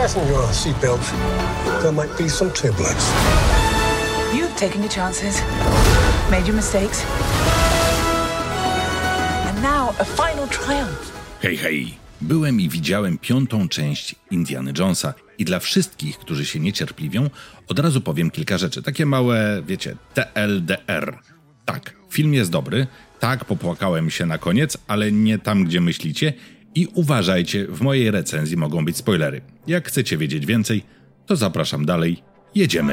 Fasten your seatbelt. There might be some turbulence. You've taken your chances, made your mistakes, and now a final triumph. Hej, hej! Byłem i widziałem 5. część Indiana Jonesa i dla wszystkich, którzy się niecierpliwią, od razu powiem kilka rzeczy. Takie małe, wiecie, TLDR. Tak, film jest dobry, tak, popłakałem się na koniec, ale nie tam, gdzie myślicie i uważajcie, w mojej recenzji mogą być spoilery. Jak chcecie wiedzieć więcej, to zapraszam dalej, jedziemy!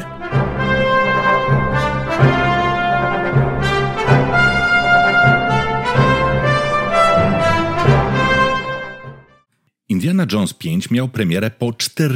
Indiana Jones 5 miał premierę po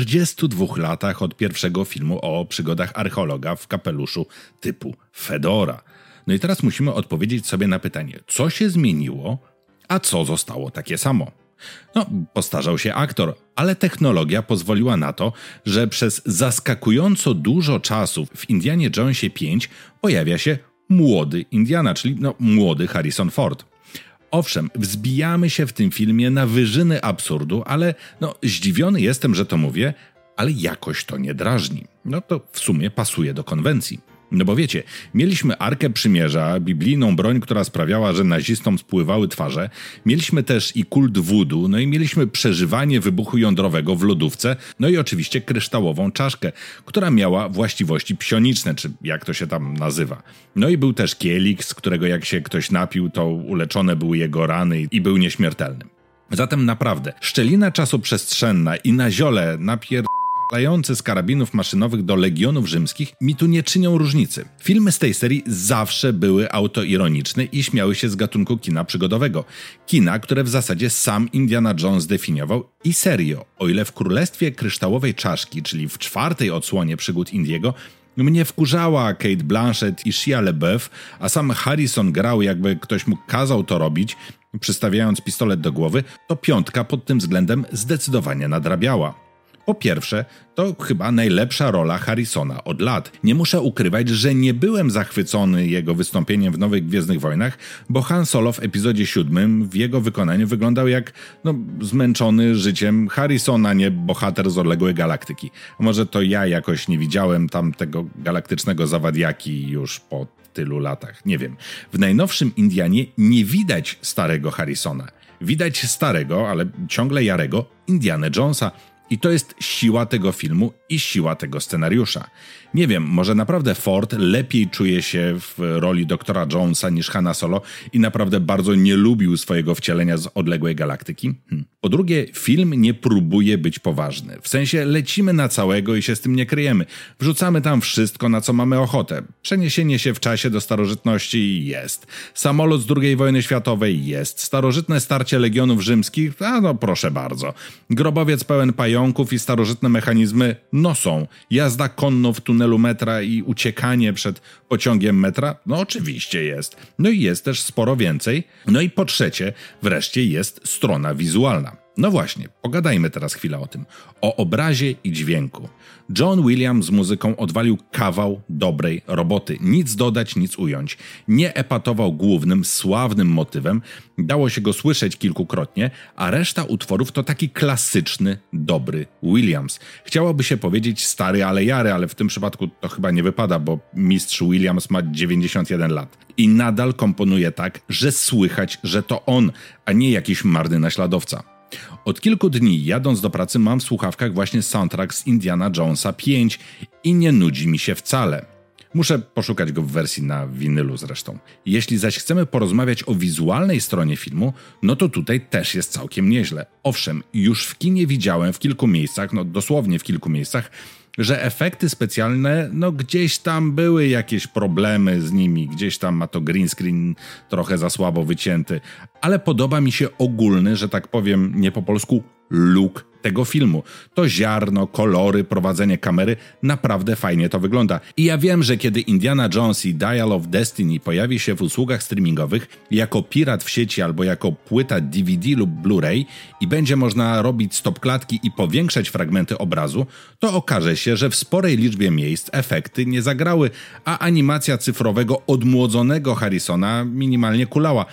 42 latach od pierwszego filmu o przygodach archeologa w kapeluszu typu Fedora. No i teraz musimy odpowiedzieć sobie na pytanie, co się zmieniło, a co zostało takie samo. No, postarzał się aktor, ale technologia pozwoliła na to, że przez zaskakująco dużo czasu w Indianie Jonesie 5 pojawia się młody Indiana, czyli młody Harrison Ford. Owszem, wzbijamy się w tym filmie na wyżyny absurdu, ale zdziwiony jestem, że to mówię, ale jakoś to nie drażni. No to w sumie pasuje do konwencji. No bo wiecie, mieliśmy Arkę Przymierza, biblijną broń, która sprawiała, że nazistom spływały twarze, mieliśmy też i kult voodoo, no i mieliśmy przeżywanie wybuchu jądrowego w lodówce, no i oczywiście kryształową czaszkę, która miała właściwości psioniczne, czy jak to się tam nazywa. No i był też kielich, z którego jak się ktoś napił, to uleczone były jego rany i był nieśmiertelnym. Zatem naprawdę, szczelina czasoprzestrzenna i na ziole strzelający z karabinów maszynowych do legionów rzymskich mi tu nie czynią różnicy. Filmy z tej serii zawsze były autoironiczne i śmiały się z gatunku kina przygodowego. Kina, które w zasadzie sam Indiana Jones definiował i serio, o ile w Królestwie Kryształowej Czaszki, czyli w 4. odsłonie przygód Indiego, mnie wkurzała Cate Blanchett i Shia LaBeouf, a sam Harrison grał jakby ktoś mu kazał to robić, przystawiając pistolet do głowy, to 5 pod tym względem zdecydowanie nadrabiała. Po pierwsze, to chyba najlepsza rola Harrisona od lat. Nie muszę ukrywać, że nie byłem zachwycony jego wystąpieniem w Nowych Gwiezdnych Wojnach, bo Han Solo w epizodzie 7 w jego wykonaniu wyglądał jak zmęczony życiem Harrisona, nie bohater z odległej galaktyki. Może to ja jakoś nie widziałem tam tego galaktycznego zawadiaki już po tylu latach. Nie wiem. W najnowszym Indianie nie widać starego Harrisona. Widać starego, ale ciągle jarego Indiana Jonesa. I to jest siła tego filmu i siła tego scenariusza. Nie wiem, może naprawdę Ford lepiej czuje się w roli doktora Jonesa niż Hanna Solo i naprawdę bardzo nie lubił swojego wcielenia z odległej galaktyki. Po drugie, film nie próbuje być poważny. W sensie lecimy na całego i się z tym nie kryjemy. Wrzucamy tam wszystko, na co mamy ochotę. Przeniesienie się w czasie do starożytności jest. Samolot z II wojny światowej jest. Starożytne starcie legionów rzymskich? Proszę bardzo. Grobowiec pełen pająków i starożytne mechanizmy? Są. Jazda konno w tunelu metra i uciekanie przed pociągiem metra? Oczywiście jest. No i jest też sporo więcej. No i po trzecie, wreszcie jest strona wizualna. No właśnie, pogadajmy teraz chwilę o tym. O obrazie i dźwięku. John Williams z muzyką odwalił kawał dobrej roboty. Nic dodać, nic ująć. Nie epatował głównym, sławnym motywem. Dało się go słyszeć kilkukrotnie, a reszta utworów to taki klasyczny, dobry Williams. Chciałoby się powiedzieć stary, ale jary, ale w tym przypadku to chyba nie wypada, bo mistrz Williams ma 91 lat. I nadal komponuje tak, że słychać, że to on, a nie jakiś marny naśladowca. Od kilku dni jadąc do pracy mam w słuchawkach właśnie soundtrack z Indiana Jonesa 5 i nie nudzi mi się wcale. Muszę poszukać go w wersji na winylu zresztą. Jeśli zaś chcemy porozmawiać o wizualnej stronie filmu, to tutaj też jest całkiem nieźle. Owszem, już w kinie widziałem w kilku miejscach, dosłownie w kilku miejscach, że efekty specjalne, gdzieś tam były jakieś problemy z nimi, gdzieś tam ma to green screen trochę za słabo wycięty, ale podoba mi się ogólny, że tak powiem nie po polsku, look tego filmu. To ziarno, kolory, prowadzenie kamery, naprawdę fajnie to wygląda. I ja wiem, że kiedy Indiana Jones i Dial of Destiny pojawi się w usługach streamingowych jako pirat w sieci albo jako płyta DVD lub Blu-ray i będzie można robić stopklatki i powiększać fragmenty obrazu, to okaże się, że w sporej liczbie miejsc efekty nie zagrały, a animacja cyfrowego odmłodzonego Harrisona minimalnie kulała.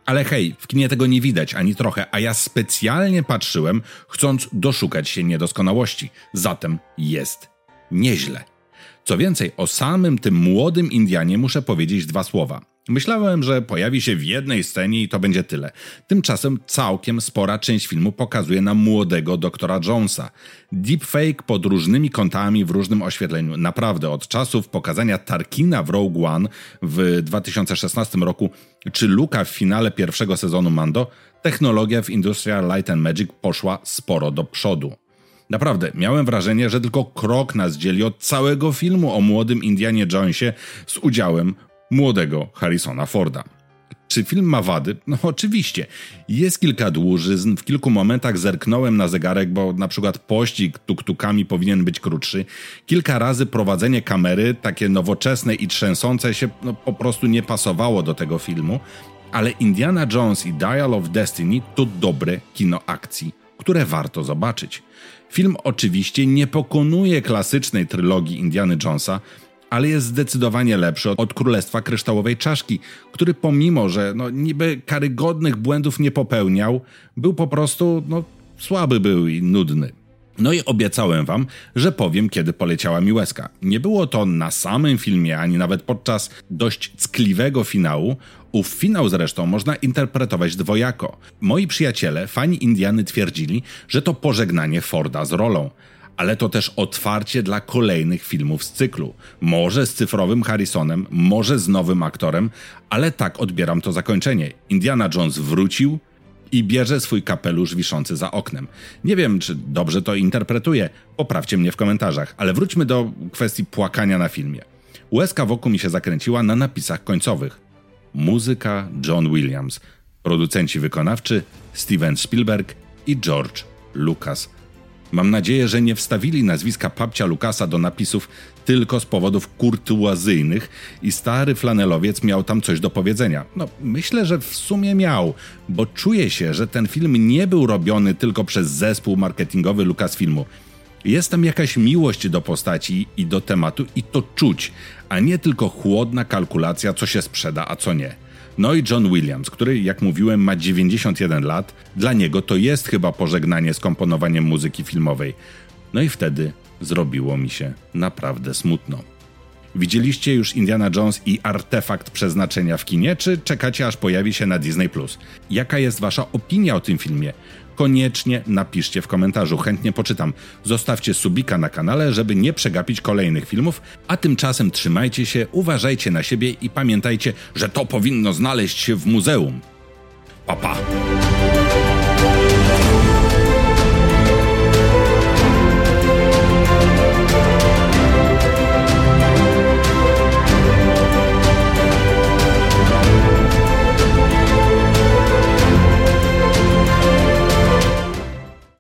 Ale hej, w kinie tego nie widać ani trochę, a ja specjalnie patrzyłem, chcąc doszukać się niedoskonałości. Zatem jest nieźle. Co więcej, o samym tym młodym Indianie muszę powiedzieć 2 słowa. Myślałem, że pojawi się w jednej scenie i to będzie tyle. Tymczasem całkiem spora część filmu pokazuje nam młodego doktora Jonesa. Deepfake pod różnymi kątami w różnym oświetleniu. Naprawdę, od czasów pokazania Tarkina w Rogue One w 2016 roku, czy Luka w finale pierwszego sezonu Mando, technologia w Industrial Light and Magic poszła sporo do przodu. Naprawdę, miałem wrażenie, że tylko krok nas dzieli od całego filmu o młodym Indianie Jonesie z udziałem młodego Harrisona Forda. Czy film ma wady? No oczywiście. Jest kilka dłużyzn, w kilku momentach zerknąłem na zegarek, bo na przykład pościg tuk-tukami powinien być krótszy. Kilka razy prowadzenie kamery, takie nowoczesne i trzęsące się, po prostu nie pasowało do tego filmu. Ale Indiana Jones i Dial of Destiny to dobre kino akcji, które warto zobaczyć. Film oczywiście nie pokonuje klasycznej trylogii Indiany Jonesa, ale jest zdecydowanie lepszy od Królestwa Kryształowej Czaszki, który pomimo, że niby karygodnych błędów nie popełniał, był po prostu, słaby był i nudny. No i obiecałem wam, że powiem, kiedy poleciała mi łezka. Nie było to na samym filmie, ani nawet podczas dość ckliwego finału. Ów finał zresztą można interpretować dwojako. Moi przyjaciele, fani Indiany, twierdzili, że to pożegnanie Forda z rolą. Ale to też otwarcie dla kolejnych filmów z cyklu. Może z cyfrowym Harrisonem, może z nowym aktorem, ale tak odbieram to zakończenie. Indiana Jones wrócił i bierze swój kapelusz wiszący za oknem. Nie wiem, czy dobrze to interpretuję, poprawcie mnie w komentarzach, ale wróćmy do kwestii płakania na filmie. Łezka wokół mi się zakręciła na napisach końcowych. Muzyka John Williams, producenci wykonawczy Steven Spielberg i George Lucas. Mam nadzieję, że nie wstawili nazwiska papcia Lucasa do napisów tylko z powodów kurtuazyjnych i stary flanelowiec miał tam coś do powiedzenia. Myślę, że w sumie miał, bo czuję się, że ten film nie był robiony tylko przez zespół marketingowy Lucasfilmu. Jest tam jakaś miłość do postaci i do tematu i to czuć, a nie tylko chłodna kalkulacja, co się sprzeda, a co nie. No i John Williams, który, jak mówiłem, ma 91 lat, dla niego to jest chyba pożegnanie z komponowaniem muzyki filmowej. No i wtedy zrobiło mi się naprawdę smutno. Widzieliście już Indiana Jones i Artefakt Przeznaczenia w kinie, czy czekacie, aż pojawi się na Disney+? Jaka jest wasza opinia o tym filmie? Koniecznie napiszcie w komentarzu, chętnie poczytam. Zostawcie subika na kanale, żeby nie przegapić kolejnych filmów, a tymczasem trzymajcie się, uważajcie na siebie i pamiętajcie, że to powinno znaleźć się w muzeum. Pa, pa!